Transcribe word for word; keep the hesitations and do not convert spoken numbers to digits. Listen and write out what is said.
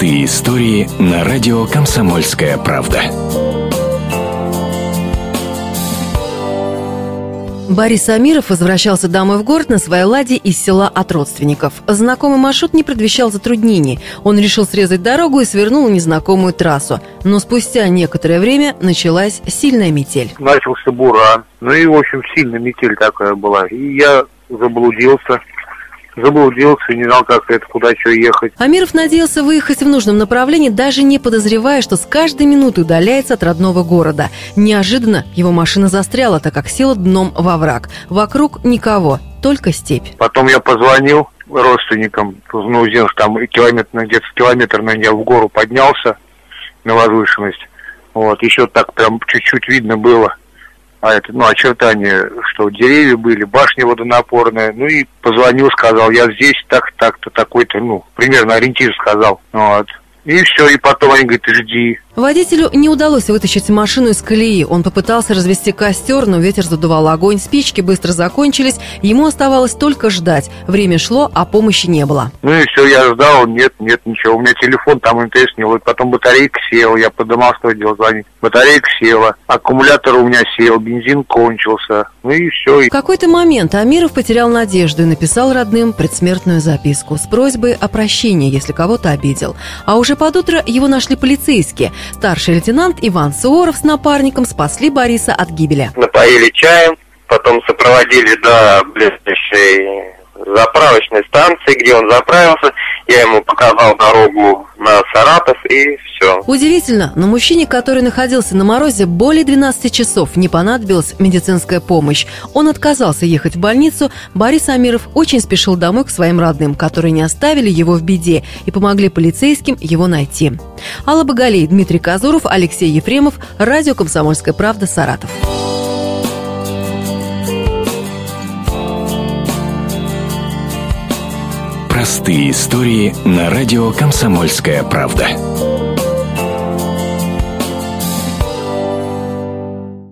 Простые истории на радио «Комсомольская правда». Борис Амиров возвращался домой в город на своей ладе из села от родственников. Знакомый маршрут не предвещал затруднений. Он решил срезать дорогу и свернул на незнакомую трассу. Но спустя некоторое время началась сильная метель. Начался буран. Ну и, в общем, сильная метель такая была. И я заблудился. Заблудился, не знал, как это, куда, что ехать. Амиров надеялся выехать в нужном направлении, даже не подозревая, что с каждой минутой удаляется от родного города. Неожиданно его машина застряла, так как села дном во враг. Вокруг никого, только степь. Потом я позвонил родственникам, ну, там километр, где-то километр, наверное, я в гору поднялся на возвышенность. Вот, еще так прям чуть-чуть видно было. А это, ну, очертания, что деревья были, башня водонапорная. Ну и позвонил, сказал, я здесь, так, так-то, такой-то, ну, примерно ориентир сказал. Вот. И все, и потом они говорят, жди. Водителю не удалось вытащить машину из колеи. Он попытался развести костер, но ветер задувал огонь, спички быстро закончились. Ему оставалось только ждать. Время шло, а помощи не было. Ну и все, я ждал, нет, нет, ничего. У меня телефон, там эм тэ эс не ловит. Потом батарейка села, я подумал, что делать, звонить. Батарейка села, аккумулятор у меня сел, бензин кончился. Ну и все. В какой-то момент Амиров потерял надежду и написал родным предсмертную записку с просьбой о прощении, если кого-то обидел. А уже под утро его нашли полицейские. Старший лейтенант Иван Суворов с напарником спасли Бориса от гибели. Напоили чаем, потом сопроводили до ближайшей заправочной станции, где он заправился. Я ему показал дорогу на Саратов, и все. Удивительно, но мужчине, который находился на морозе более двенадцати часов, не понадобилась медицинская помощь. Он отказался ехать в больницу. Борис Амиров очень спешил домой к своим родным, которые не оставили его в беде и помогли полицейским его найти. Алла Багалей, Дмитрий Казуров, Алексей Ефремов, радио «Комсомольская правда», Саратов. Простые истории на радио «Комсомольская правда».